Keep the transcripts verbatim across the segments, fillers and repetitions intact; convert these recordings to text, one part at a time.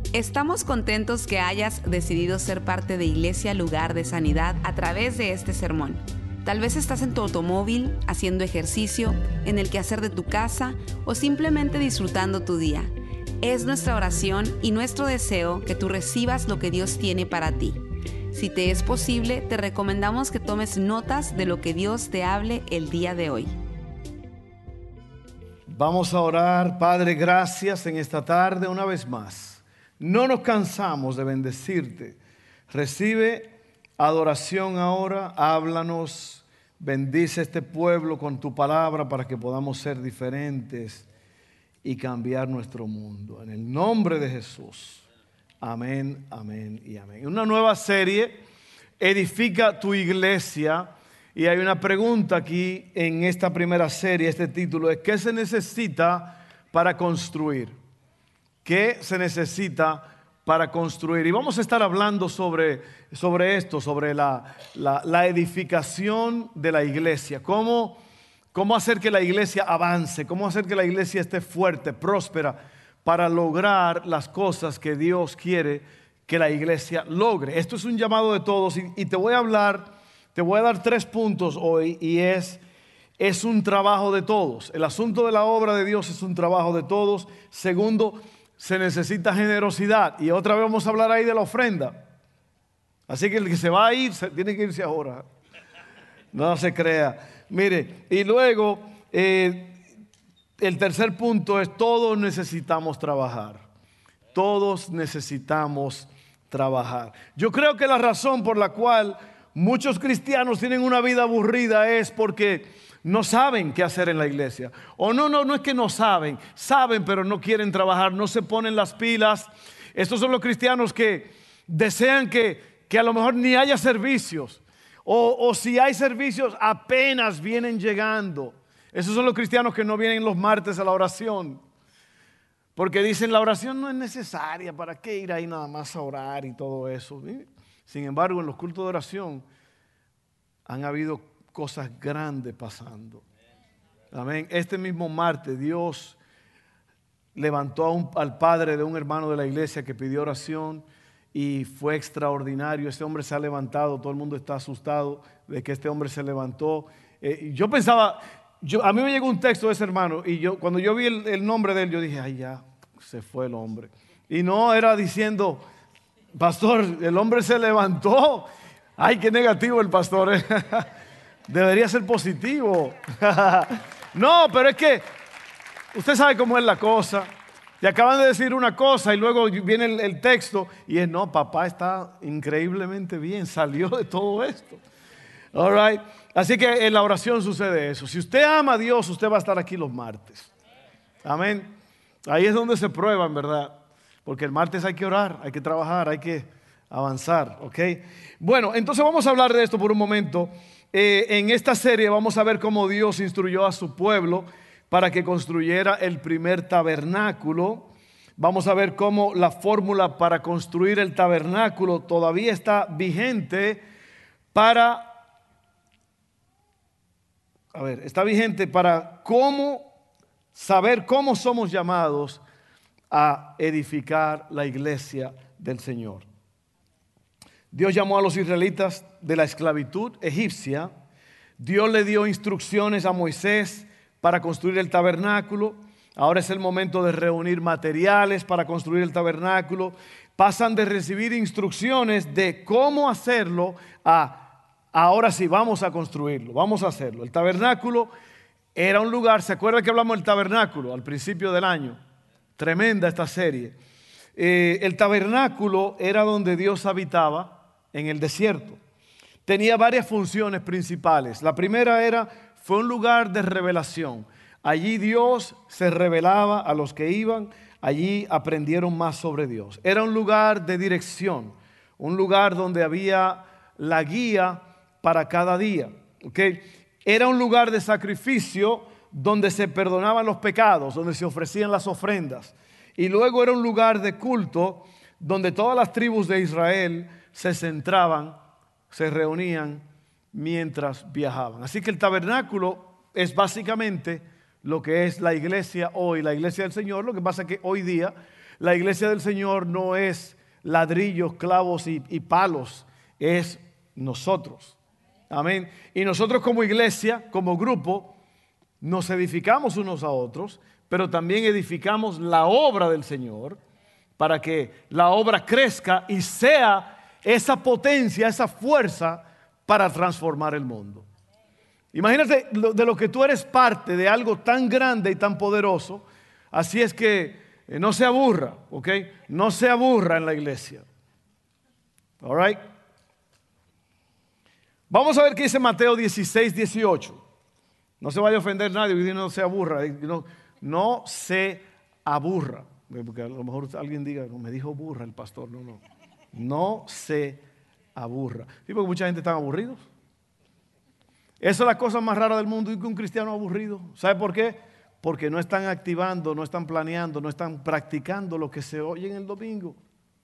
Estamos contentos que hayas decidido ser parte de Iglesia Lugar de Sanidad a través de este sermón. Tal vez estás en tu automóvil, haciendo ejercicio, en el quehacer de tu casa o simplemente disfrutando tu día. Es nuestra oración y nuestro deseo que tú recibas lo que Dios tiene para ti. Si te es posible, te recomendamos que tomes notas de lo que Dios te hable el día de hoy. Vamos a orar. Padre, gracias en esta tarde una vez más. No nos cansamos de bendecirte. Recibe adoración ahora, háblanos, bendice este pueblo con tu palabra para que podamos ser diferentes y cambiar nuestro mundo. En el nombre de Jesús. Amén, amén y amén. Una nueva serie, Edifica tu Iglesia. Y hay una pregunta aquí en esta primera serie, este título es ¿qué se necesita para construir? ¿Qué se necesita para construir? Y vamos a estar hablando sobre, sobre esto, sobre la, la, la edificación de la iglesia. Cómo, cómo hacer que la iglesia avance, cómo hacer que la iglesia esté fuerte, próspera, para lograr las cosas que Dios quiere que la iglesia logre. Esto es un llamado de todos y, y te voy a hablar, te voy a dar tres puntos hoy y es, es un trabajo de todos. El asunto de la obra de Dios es un trabajo de todos. Segundo, se necesita generosidad. Y otra vez vamos a hablar ahí de la ofrenda. Así que el que se va a ir, se, tiene que irse ahora. No se crea. Mire, y luego, eh, el tercer punto es todos necesitamos trabajar. Todos necesitamos trabajar. Yo creo que la razón por la cual muchos cristianos tienen una vida aburrida es porque no saben qué hacer en la iglesia. O no, no, no es que no saben. Saben, pero no quieren trabajar, no se ponen las pilas. Estos son los cristianos que desean que, que a lo mejor ni haya servicios. O, o si hay servicios, apenas vienen llegando. Esos son los cristianos que no vienen los martes a la oración. Porque dicen, la oración no es necesaria. ¿Para qué ir ahí nada más a orar y todo eso? Sin embargo, en los cultos de oración han habido cosas grandes pasando. Amén. Este mismo martes Dios levantó a un, al padre de un hermano de la iglesia que pidió oración y fue extraordinario. Ese hombre se ha levantado, todo el mundo está asustado de que este hombre se levantó. Eh, yo pensaba, yo, a mí me llegó un texto de ese hermano y yo cuando yo vi el, el nombre de él, yo dije, ay ya, se fue el hombre. Y no era diciendo, pastor, el hombre se levantó. Ay, qué negativo el pastor. ¿eh? Debería ser positivo. No, pero es que usted sabe cómo es la cosa. Te acaban de decir una cosa y luego viene el, el texto y es, no, papá está increíblemente bien, salió de todo esto. All right. Así que en la oración sucede eso. Si usted ama a Dios, usted va a estar aquí los martes. Amén. Ahí es donde se prueba, en verdad. Porque el martes hay que orar, hay que trabajar, hay que avanzar. ¿Ok? Bueno, entonces vamos a hablar de esto por un momento. Eh, en esta serie vamos a ver cómo Dios instruyó a su pueblo para que construyera el primer tabernáculo. Vamos a ver cómo la fórmula para construir el tabernáculo todavía está vigente para, a ver, está vigente para cómo saber cómo somos llamados a edificar la iglesia del Señor. Dios llamó a los israelitas de la esclavitud egipcia. Dios le dio instrucciones a Moisés para construir el tabernáculo. Ahora es el momento de reunir materiales para construir el tabernáculo. Pasan de recibir instrucciones de cómo hacerlo a ahora sí, vamos a construirlo, vamos a hacerlo. El tabernáculo era un lugar, ¿se acuerda que hablamos del tabernáculo al principio del año? Tremenda esta serie. Eh, el tabernáculo era donde Dios habitaba en el desierto. Tenía varias funciones principales. La primera era, fue un lugar de revelación. Allí Dios se revelaba a los que iban, allí aprendieron más sobre Dios. Era un lugar de dirección, un lugar donde había la guía para cada día. ¿Okay? Era un lugar de sacrificio donde se perdonaban los pecados, donde se ofrecían las ofrendas. Y luego era un lugar de culto donde todas las tribus de Israel se centraban, se reunían mientras viajaban. Así que el tabernáculo es básicamente lo que es la iglesia hoy, la iglesia del Señor. Lo que pasa es que hoy día La iglesia del Señor no es ladrillos, clavos y, y palos, es nosotros. Amén. Y nosotros como iglesia, como grupo, nos edificamos unos a otros, pero también edificamos la obra del Señor para que la obra crezca y sea esa potencia, esa fuerza para transformar el mundo. Imagínate de lo que tú eres parte de algo tan grande y tan poderoso. Así es que eh, no se aburra, ¿ok? No se aburra en la iglesia. All right. Vamos a ver qué dice Mateo dieciséis, dieciocho. No se vaya a ofender nadie, no se aburra. No, no se aburra. Porque a lo mejor alguien diga, no, me dijo burra el pastor. No, no. No se aburra. Sí, porque mucha gente está aburridos. Esa es la cosa más rara del mundo, y que un cristiano aburrido. ¿Sabe por qué? Porque no están activando, no están planeando, no están practicando lo que se oye en el domingo.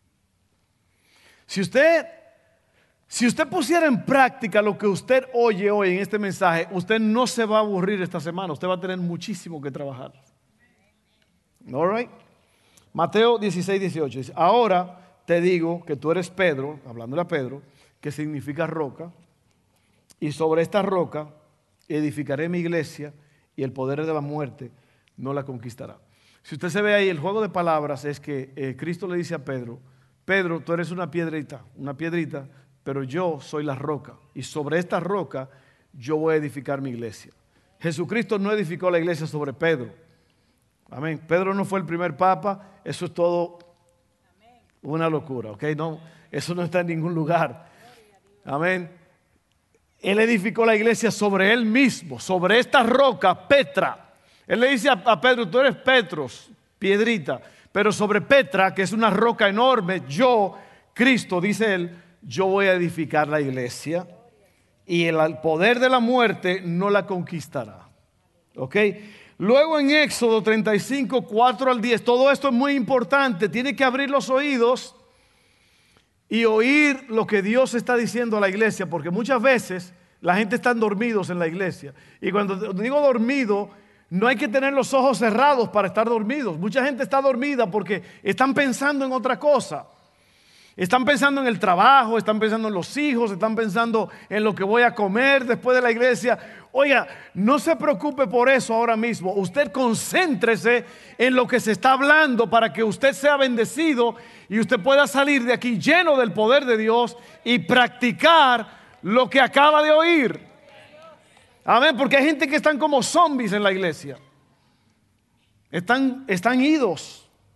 Si usted, si usted pusiera en práctica lo que usted oye hoy en este mensaje, usted no se va a aburrir esta semana. Usted va a tener muchísimo que trabajar. All right. Mateo dieciséis, dieciocho dice: ahora te digo que tú eres Pedro, hablándole a Pedro, que significa roca. Y sobre esta roca edificaré mi iglesia, y el poder de la muerte no la conquistará. Si usted se ve ahí, el juego de palabras es que eh, Cristo le dice a Pedro: Pedro, tú eres una piedrita, una piedrita, pero yo soy la roca. Y sobre esta roca yo voy a edificar mi iglesia. Jesucristo no edificó la iglesia sobre Pedro. Amén. Pedro no fue el primer papa. Eso es todo una locura, ¿ok? No, eso no está en ningún lugar. Amén. Él edificó la iglesia sobre él mismo, sobre esta roca, Petra. Él le dice a, a Pedro: tú eres Petros, piedrita, pero sobre Petra, que es una roca enorme, yo, Cristo, dice él, yo voy a edificar la iglesia, y el, el poder de la muerte no la conquistará. ¿Ok? Luego en Éxodo treinta y cinco, cuatro al diez, todo esto es muy importante. Tiene que abrir los oídos y oír lo que Dios está diciendo a la iglesia, porque muchas veces la gente está dormidos en la iglesia. Y cuando digo dormido, no hay que tener los ojos cerrados para estar dormidos. Mucha gente está dormida porque están pensando en otra cosa. Están pensando en el trabajo, están pensando en los hijos, están pensando en lo que voy a comer después de la iglesia. Oiga, no se preocupe por eso ahora mismo. Usted concéntrese en lo que se está hablando para que usted sea bendecido y usted pueda salir de aquí lleno del poder de Dios y practicar lo que acaba de oír. Amén, porque hay gente que están como zombies en la iglesia. Están, están idos.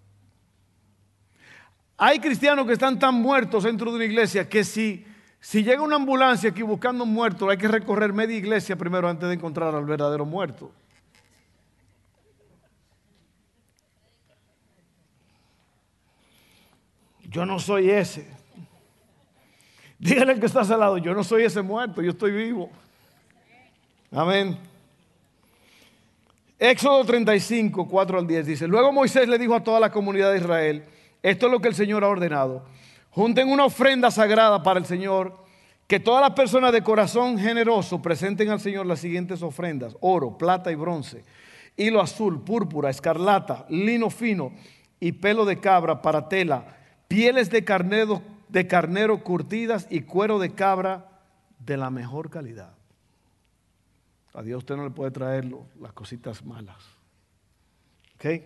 Hay cristianos que están tan muertos dentro de una iglesia que si, si llega una ambulancia aquí buscando un muerto, hay que recorrer media iglesia primero antes de encontrar al verdadero muerto. Yo no soy ese. Dígale al que está al lado: yo no soy ese muerto, yo estoy vivo. Amén. Éxodo treinta y cinco, cuatro al diez dice: luego Moisés le dijo a toda la comunidad de Israel: esto es lo que el Señor ha ordenado. Junten una ofrenda sagrada para el Señor, que todas las personas de corazón generoso presenten al Señor las siguientes ofrendas: oro, plata y bronce, hilo azul, púrpura, escarlata, lino fino y pelo de cabra para tela, pieles de carnero, de carnero curtidas y cuero de cabra de la mejor calidad. A Dios usted no le puede traer lo, las cositas malas. ¿Ok?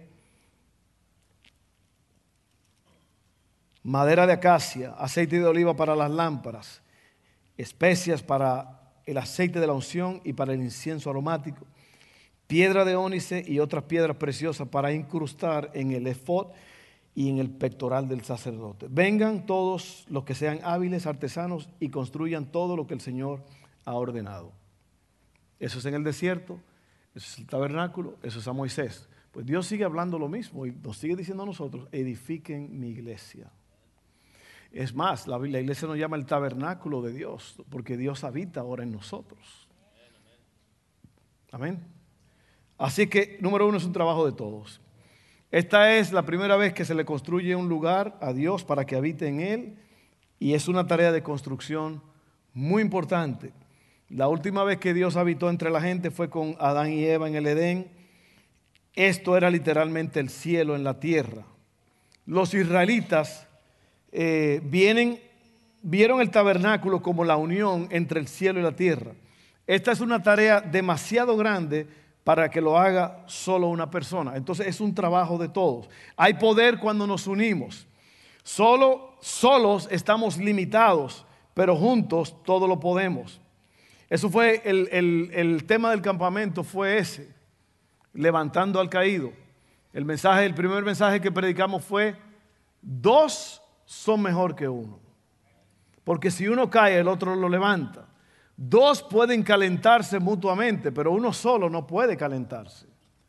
Madera de acacia, aceite de oliva para las lámparas, especias para el aceite de la unción y para el incienso aromático, piedra de ónice y otras piedras preciosas para incrustar en el efod y en el pectoral del sacerdote. Vengan todos los que sean hábiles artesanos y construyan todo lo que el Señor ha ordenado. Eso es en el desierto, eso es el tabernáculo, eso es a Moisés. Pues Dios sigue hablando lo mismo y nos sigue diciendo a nosotros: edifiquen mi iglesia. Es más, la, la iglesia nos llama el tabernáculo de Dios, porque Dios habita ahora en nosotros. Amén. Así que, número uno, es un trabajo de todos. Esta es la primera vez que se le construye un lugar a Dios para que habite en él, y es una tarea de construcción muy importante. La última vez que Dios habitó entre la gente fue con Adán y Eva en el Edén. Esto era literalmente el cielo en la tierra. los israelitas eh, vienen, vieron el tabernáculo como la unión entre el cielo y la tierra. Esta es una tarea demasiado grande para que lo haga solo una persona. Entonces es un trabajo de todos. Hay poder cuando nos unimos. Solo, solos estamos limitados, pero juntos todo lo podemos. Eso fue el, el, el tema del campamento, fue ese, levantando al caído. El mensaje, el primer mensaje que predicamos fue: dos son mejor que uno, porque si uno cae, el otro lo levanta. Dos pueden calentarse mutuamente, pero uno solo no puede calentarse.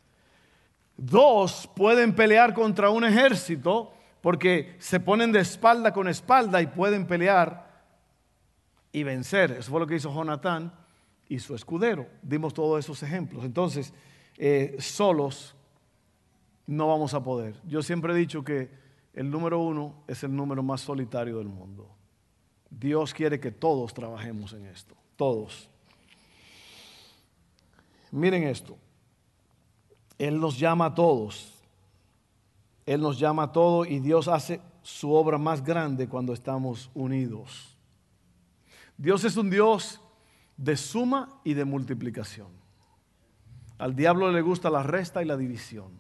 Dos pueden pelear contra un ejército, porque se ponen de espalda con espalda y pueden pelear y vencer. Eso fue lo que hizo Jonatán y su escudero. Dimos todos esos ejemplos. Entonces, eh, solos no vamos a poder. Yo siempre he dicho que el número uno es el número más solitario del mundo. Dios quiere que todos trabajemos en esto. Todos. Miren esto. Él nos llama a todos. Él nos llama a todos y Dios hace su obra más grande cuando estamos unidos. Dios es un Dios de suma y de multiplicación. Al diablo le gusta la resta y la división.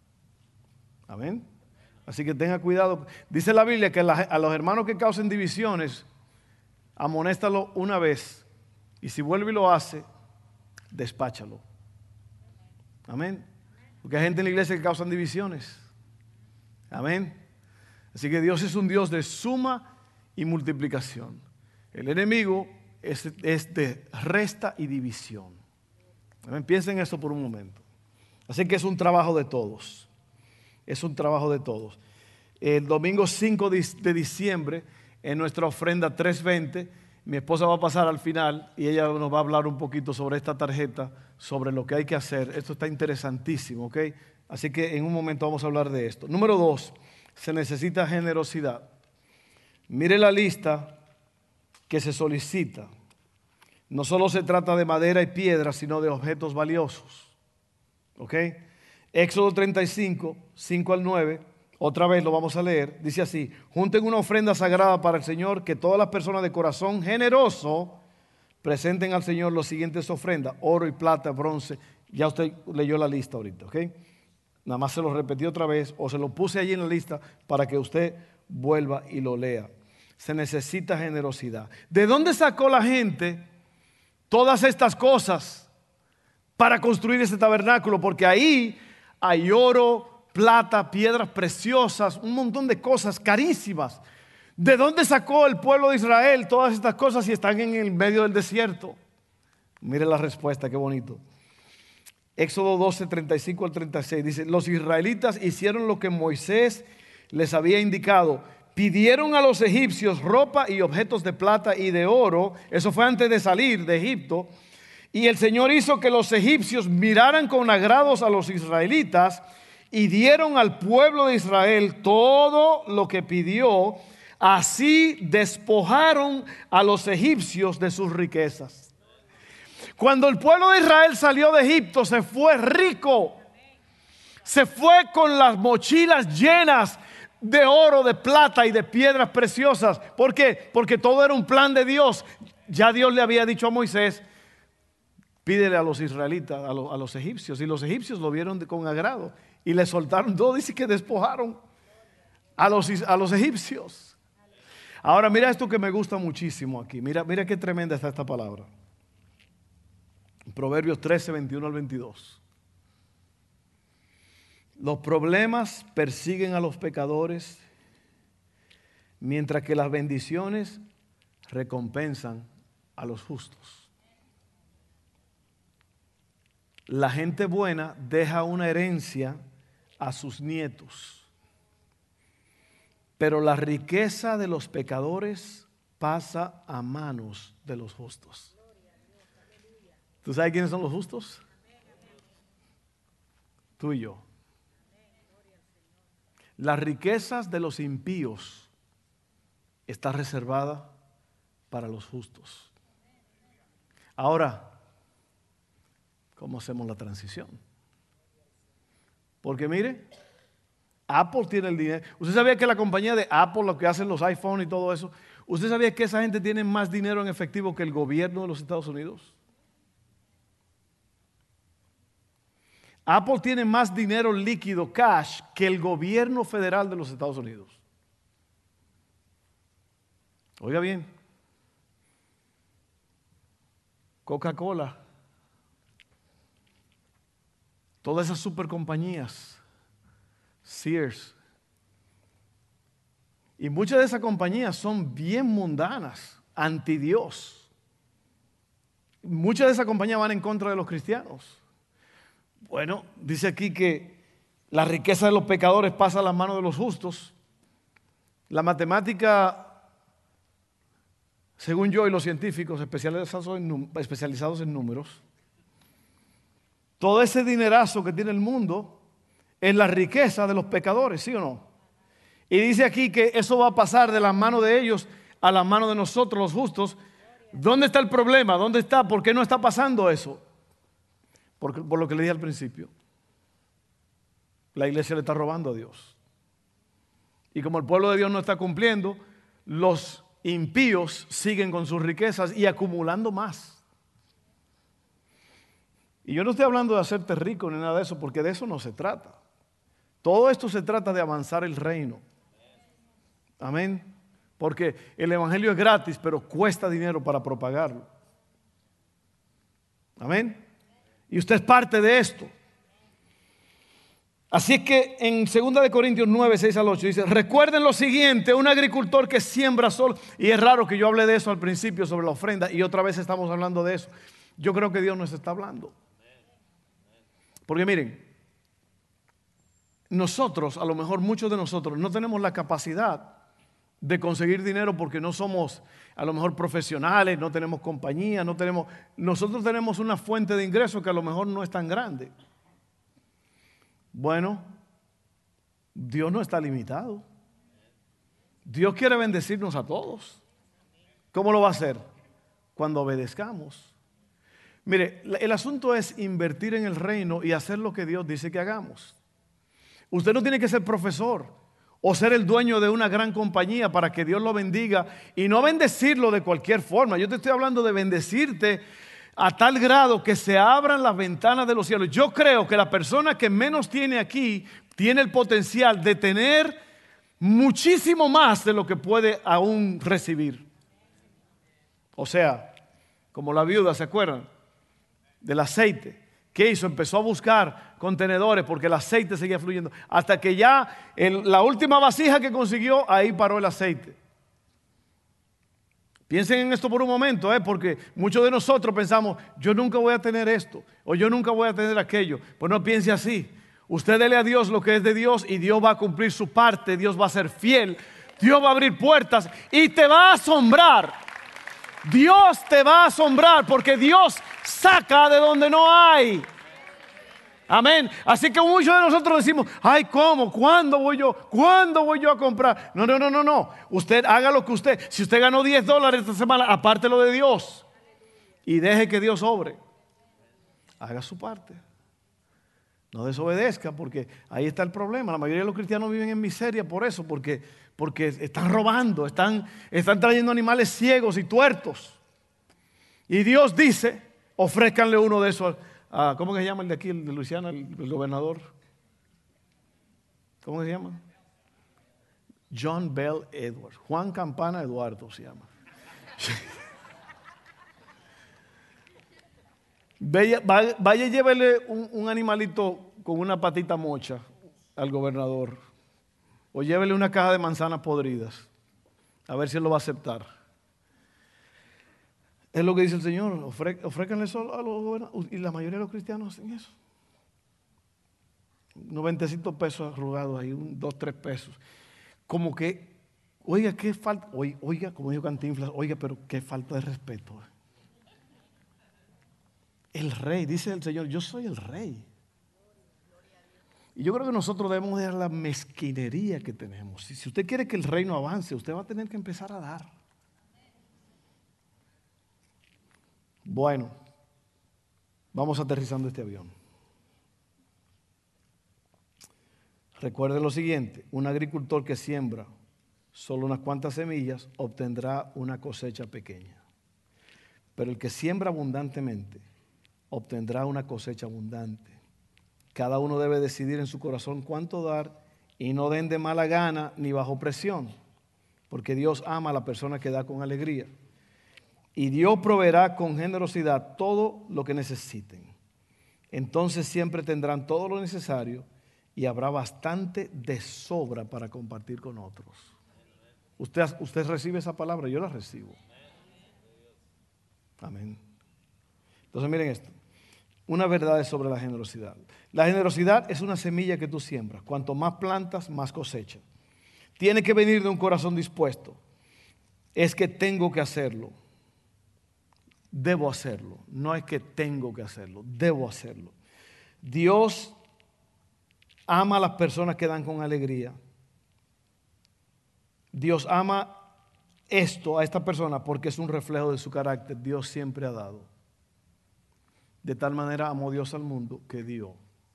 Amén. Así que tenga cuidado. Dice la Biblia que a los hermanos que causen divisiones, amonéstalo una vez. Y si vuelve y lo hace, despáchalo. Amén. Porque hay gente en la iglesia que causan divisiones. Amén. Así que Dios es un Dios de suma y multiplicación. El enemigo es, es de resta y división. Amén. Piensen en eso por un momento. Así que es un trabajo de todos. Es un trabajo de todos. El domingo cinco de diciembre, en nuestra ofrenda trescientos veinte, mi esposa va a pasar al final y ella nos va a hablar un poquito sobre esta tarjeta, sobre lo que hay que hacer. Esto está interesantísimo, ¿ok? Así que en un momento vamos a hablar de esto. Número dos, se necesita generosidad. Mire la lista que se solicita. No solo se trata de madera y piedra, sino de objetos valiosos. ¿Ok? Éxodo treinta y cinco, cinco al nueve. Otra vez lo vamos a leer. Dice así: junten una ofrenda sagrada para el Señor, que todas las personas de corazón generoso presenten al Señor las siguientes ofrendas: oro y plata, bronce. Ya usted leyó la lista ahorita, ¿ok? Nada más se lo repetí otra vez o se lo puse allí en la lista para que usted vuelva y lo lea. Se necesita generosidad. ¿De dónde sacó la gente todas estas cosas para construir ese tabernáculo? Porque ahí hay oro, plata, piedras preciosas, un montón de cosas carísimas. ¿De dónde sacó el pueblo de Israel todas estas cosas si están en el medio del desierto? Mire la respuesta, qué bonito. Éxodo doce, treinta y cinco al treinta y seis dice: los israelitas hicieron lo que Moisés les había indicado. Pidieron a los egipcios ropa y objetos de plata y de oro. Eso fue antes de salir de Egipto. Y el Señor hizo que los egipcios miraran con agrados a los israelitas y dieron al pueblo de Israel todo lo que pidió. Así despojaron a los egipcios de sus riquezas. Cuando el pueblo de Israel salió de Egipto, se fue rico. Se fue con las mochilas llenas de oro, de plata y de piedras preciosas. ¿Por qué? Porque todo era un plan de Dios. Ya Dios le había dicho a Moisés: pídele a los israelitas, a los, a los egipcios. Y los egipcios lo vieron de, con agrado. Y le soltaron todo. Dice que despojaron a los, a los egipcios. Ahora mira esto que me gusta muchísimo aquí. Mira, mira qué tremenda está esta palabra. Proverbios trece, veintiuno al veintidós. Los problemas persiguen a los pecadores, mientras que las bendiciones recompensan a los justos. La gente buena deja una herencia a sus nietos, pero la riqueza de los pecadores pasa a manos de los justos. ¿Tú sabes quiénes son los justos? Tú y yo. Las riquezas de los impíos están reservadas para los justos. Ahora, ¿cómo hacemos la transición? Porque mire, Apple tiene el dinero. ¿Usted sabía que la compañía de Apple, lo que hacen los iPhone y todo eso, usted sabía que esa gente tiene más dinero en efectivo que el gobierno de los Estados Unidos? Apple tiene más dinero líquido, cash, que el gobierno federal de los Estados Unidos. Oiga bien, Coca-Cola, todas esas supercompañías, Sears, y muchas de esas compañías son bien mundanas, anti Dios. Muchas de esas compañías van en contra de los cristianos. Bueno, dice aquí que la riqueza de los pecadores pasa a las manos de los justos. La matemática, según yo y los científicos especializados en, especializados en números, todo ese dinerazo que tiene el mundo es la riqueza de los pecadores, ¿sí o no? Y dice aquí que eso va a pasar de las manos de ellos a las manos de nosotros, los justos. ¿Dónde está el problema? ¿Dónde está? ¿Por qué no está pasando eso? Por, por lo que le dije al principio. La iglesia le está robando a Dios. Y como el pueblo de Dios no está cumpliendo, los impíos siguen con sus riquezas y acumulando más. Y yo no estoy hablando de hacerte rico ni nada de eso, porque de eso no se trata. Todo esto se trata de avanzar el reino. Amén. Porque el evangelio es gratis, pero cuesta dinero para propagarlo. Amén. Y usted es parte de esto. Así es que en segunda de Corintios nueve, seis al ocho dice: recuerden lo siguiente, un agricultor que siembra sol. Y es raro que yo hable de eso al principio sobre la ofrenda, y otra vez estamos hablando de eso. Yo creo que Dios nos está hablando. Porque miren, nosotros, a lo mejor muchos de nosotros, no tenemos la capacidad de conseguir dinero porque no somos a lo mejor profesionales, no tenemos compañía, no tenemos, nosotros tenemos una fuente de ingresos que a lo mejor no es tan grande. Bueno, Dios no está limitado. Dios quiere bendecirnos a todos. ¿Cómo lo va a hacer? Cuando obedezcamos. Mire, el asunto es invertir en el reino y hacer lo que Dios dice que hagamos. Usted no tiene que ser profesor o ser el dueño de una gran compañía para que Dios lo bendiga, y no bendecirlo de cualquier forma. Yo te estoy hablando de bendecirte a tal grado que se abran las ventanas de los cielos. Yo creo que la persona que menos tiene aquí tiene el potencial de tener muchísimo más de lo que puede aún recibir. O sea, como la viuda, ¿se acuerdan? Del aceite. ¿Qué hizo? Empezó a buscar contenedores porque el aceite seguía fluyendo. Hasta que ya el, la última vasija que consiguió, ahí paró el aceite. Piensen en esto por un momento, ¿eh? Porque muchos de nosotros pensamos, yo nunca voy a tener esto, o yo nunca voy a tener aquello. Pues no piense así. Usted dele a Dios lo que es de Dios y Dios va a cumplir su parte, Dios va a ser fiel, Dios va a abrir puertas y te va a asombrar. Dios te va a asombrar porque Dios saca de donde no hay. Amén. Así que muchos de nosotros decimos, ay, ¿cómo? ¿Cuándo voy yo? ¿Cuándo voy yo a comprar? No, no, no, no, no. Usted haga lo que usted, si usted ganó diez dólares esta semana, apártelo de Dios y deje que Dios obre. Haga su parte. No desobedezca, porque ahí está el problema. La mayoría de los cristianos viven en miseria por eso, porque, porque están robando, están, están trayendo animales ciegos y tuertos. Y Dios dice, ofrézcanle uno de esos. Ah, ¿cómo se llama el de aquí, el de Luisiana, el, el gobernador? ¿Cómo se llama? John Bell Edwards. Juan Campana Eduardo se llama. Vaya, vaya y llévele un, un animalito con una patita mocha al gobernador. O llévele una caja de manzanas podridas. A ver si él lo va a aceptar. Es lo que dice el Señor. Ofre, ofrécanle eso a los gobernadores. Y la mayoría de los cristianos hacen eso. Unos veintecitos pesos arrugados ahí, un, dos, tres pesos. Como que, oiga, qué falta. Oiga, oiga, como dijo Cantinflas, oiga, pero qué falta de respeto. El rey, dice el Señor, yo soy el rey. Y yo creo que nosotros debemos dejar la mezquinería que tenemos. Si, si usted quiere que el reino avance, usted va a tener que empezar a dar. Bueno, vamos aterrizando este avión. Recuerde lo siguiente, un agricultor que siembra solo unas cuantas semillas obtendrá una cosecha pequeña. Pero el que siembra abundantemente obtendrá una cosecha abundante. Cada uno debe decidir en su corazón cuánto dar y no den de mala gana ni bajo presión, porque Dios ama a la persona que da con alegría. Y Dios proveerá con generosidad todo lo que necesiten. Entonces siempre tendrán todo lo necesario y habrá bastante de sobra para compartir con otros. Usted, usted recibe esa palabra, yo la recibo. Amén. Entonces miren esto, una verdad es sobre la generosidad. La generosidad es una semilla que tú siembras. Cuanto más plantas, más cosecha. Tiene que venir de un corazón dispuesto. Es que tengo que hacerlo. Debo hacerlo. No es que tengo que hacerlo, debo hacerlo. Dios ama a las personas que dan con alegría. Dios ama esto a esta persona porque es un reflejo de su carácter. Dios siempre ha dado. De tal manera amó Dios al mundo que dio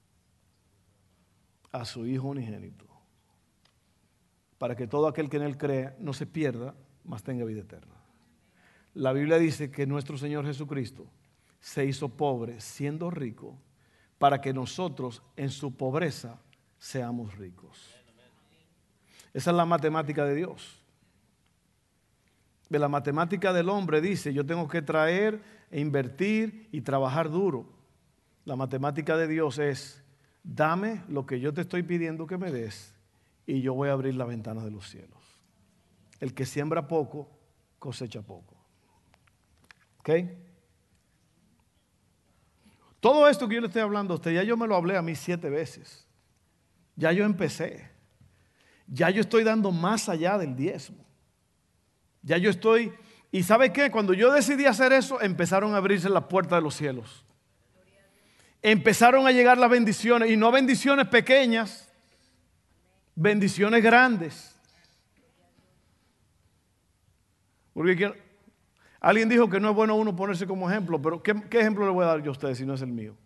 a su Hijo unigénito, para que todo aquel que en Él crea no se pierda, mas tenga vida eterna. La Biblia dice que nuestro Señor Jesucristo se hizo pobre siendo rico para que nosotros en su pobreza seamos ricos. Esa es la matemática de Dios. De la matemática del hombre dice, yo tengo que traer e invertir y trabajar duro. La matemática de Dios es, dame lo que yo te estoy pidiendo que me des y yo voy a abrir las ventanas de los cielos. El que siembra poco, cosecha poco. ¿Ok? Todo esto que yo le estoy hablando a usted, ya yo me lo hablé a mí siete veces. Ya yo empecé. Ya yo estoy dando más allá del diezmo. Ya yo estoy, y ¿sabe qué? Cuando yo decidí hacer eso, empezaron a abrirse las puertas de los cielos. Empezaron a llegar las bendiciones, y no bendiciones pequeñas, bendiciones grandes. Porque alguien dijo que no es bueno uno ponerse como ejemplo, pero ¿qué, qué ejemplo le voy a dar yo a ustedes si no es el mío?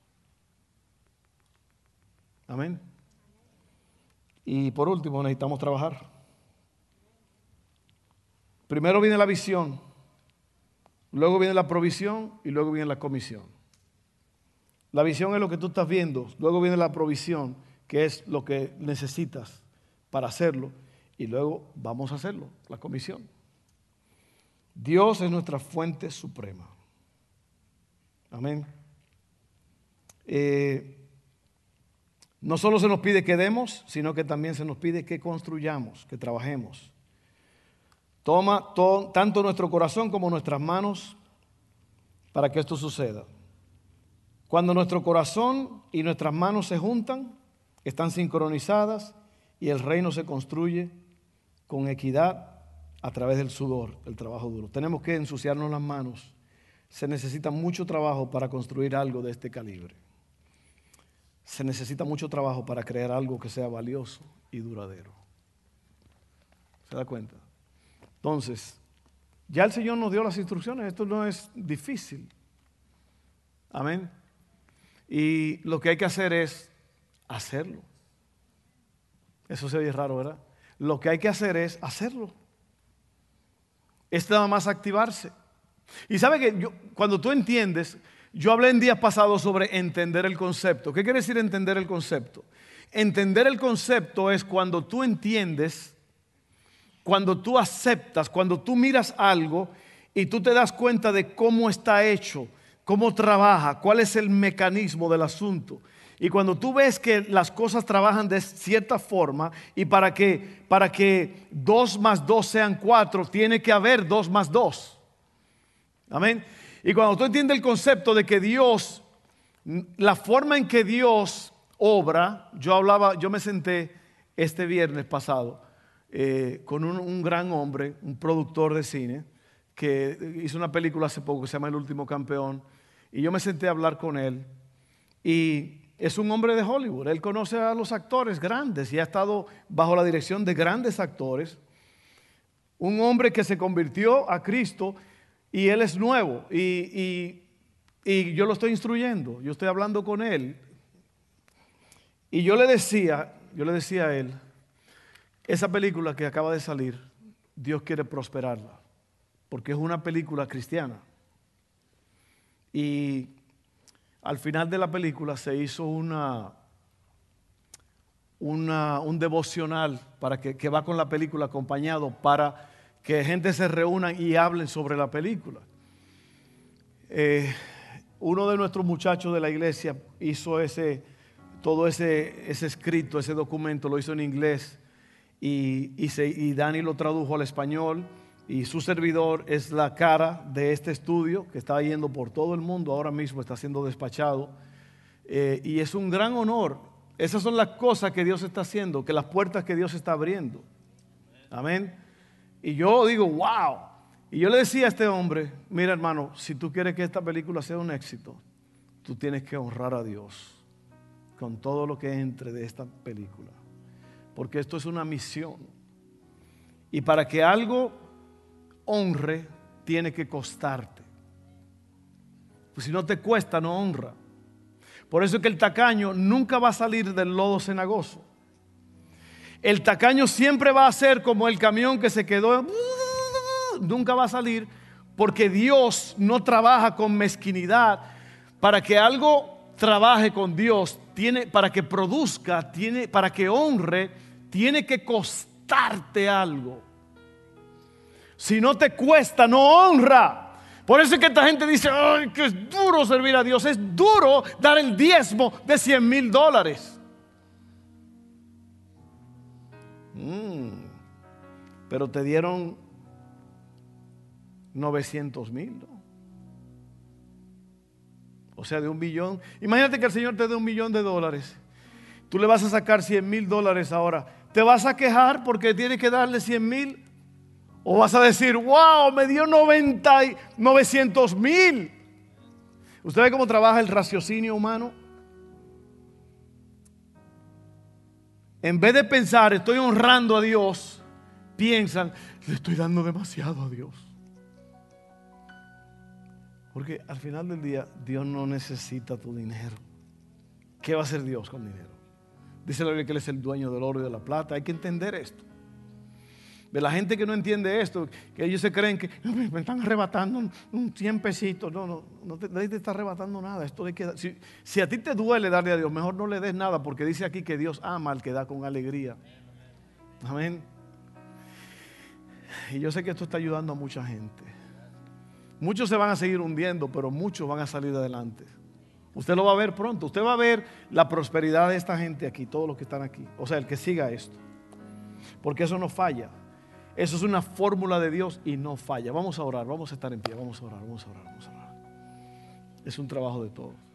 Amén. Y por último, necesitamos trabajar. Primero viene la visión, luego viene la provisión y luego viene la comisión. La visión es lo que tú estás viendo, luego viene la provisión, que es lo que necesitas para hacerlo, y luego vamos a hacerlo, la comisión. Dios es nuestra fuente suprema. Amén. Eh, no solo se nos pide que demos, sino que también se nos pide que construyamos, que trabajemos. Toma to, tanto nuestro corazón como nuestras manos para que esto suceda. Cuando nuestro corazón y nuestras manos se juntan, están sincronizadas y el reino se construye con equidad a través del sudor, el trabajo duro. Tenemos que ensuciarnos las manos. Se necesita mucho trabajo para construir algo de este calibre. Se necesita mucho trabajo para crear algo que sea valioso y duradero. ¿Se da cuenta? Entonces, ya el Señor nos dio las instrucciones, esto no es difícil. Amén. Y lo que hay que hacer es hacerlo. Eso se oye raro, ¿verdad? Lo que hay que hacer es hacerlo. Es nada más activarse. Y sabe que yo, cuando tú entiendes, yo hablé en días pasados sobre entender el concepto. ¿Qué quiere decir entender el concepto? Entender el concepto es cuando tú entiendes, cuando tú aceptas, cuando tú miras algo y tú te das cuenta de cómo está hecho, cómo trabaja, cuál es el mecanismo del asunto. Y cuando tú ves que las cosas trabajan de cierta forma y para que, para que dos más dos sean cuatro, tiene que haber dos más dos. Amén. Y cuando tú entiendes el concepto de que Dios, la forma en que Dios obra, yo hablaba, yo me senté este viernes pasado eh, con un, un gran hombre, un productor de cine, que hizo una película hace poco que se llama El Último Campeón, y yo me senté a hablar con él, y es un hombre de Hollywood, él conoce a los actores grandes y ha estado bajo la dirección de grandes actores, un hombre que se convirtió a Cristo y él es nuevo y, y, y yo lo estoy instruyendo, yo estoy hablando con él y yo le decía, yo le decía a él, esa película que acaba de salir, Dios quiere prosperarla, porque es una película cristiana. Y al final de la película se hizo una, una, un devocional para que, que va con la película acompañado para que gente se reúna y hablen sobre la película. Eh, uno de nuestros muchachos de la iglesia hizo ese, todo ese, ese escrito, ese documento, lo hizo en inglés y, y, se, y Dani lo tradujo al español. Y su servidor es la cara de este estudio que está yendo por todo el mundo, ahora mismo está siendo despachado. Eh, y es un gran honor. Esas son las cosas que Dios está haciendo, que las puertas que Dios está abriendo. Amén. Y yo digo, wow. Y yo le decía a este hombre, mira hermano, si tú quieres que esta película sea un éxito, tú tienes que honrar a Dios con todo lo que entre de esta película. Porque esto es una misión. Y para que algo honre, tiene que costarte. Pues si no te cuesta, no honra. Por eso es que el tacaño nunca va a salir del lodo cenagoso. El tacaño siempre va a ser como el camión que se quedó, nunca va a salir, porque Dios no trabaja con mezquinidad. Para que algo trabaje con Dios, tiene, para que produzca, tiene, para que honre, tiene que costarte algo. Si no te cuesta, no honra. Por eso es que esta gente dice, ay, que es duro servir a Dios. Es duro dar el diezmo de cien mil dólares. Mm, pero te dieron novecientos mil, ¿no? O sea, de un billón. Imagínate que el Señor te dé un millón de dólares. Tú le vas a sacar cien mil dólares ahora. ¿Te vas a quejar porque tienes que darle cien mil? ¿O vas a decir, wow, me dio noventa y novecientos mil? ¿Usted ve cómo trabaja el raciocinio humano? En vez de pensar, estoy honrando a Dios, piensan, le estoy dando demasiado a Dios. Porque al final del día, Dios no necesita tu dinero. ¿Qué va a hacer Dios con dinero? Dice la Biblia que Él es el dueño del oro y de la plata. Hay que entender esto. De la gente que no entiende esto, que ellos se creen que me están arrebatando un, un cien pesitos. No, no, no te, nadie te está arrebatando nada. Esto hay que, si, si a ti te duele darle a Dios, mejor no le des nada, porque dice aquí que Dios ama al que da con alegría. Amén. Y yo sé que esto está ayudando a mucha gente. Muchos se van a seguir hundiendo, pero muchos van a salir adelante. Usted lo va a ver pronto. Usted va a ver la prosperidad de esta gente aquí, todos los que están aquí. O sea, el que siga esto. Porque eso no falla. Eso es una fórmula de Dios y no falla. Vamos a orar, vamos a estar en pie, vamos a orar, vamos a orar, vamos a orar. Es un trabajo de todos.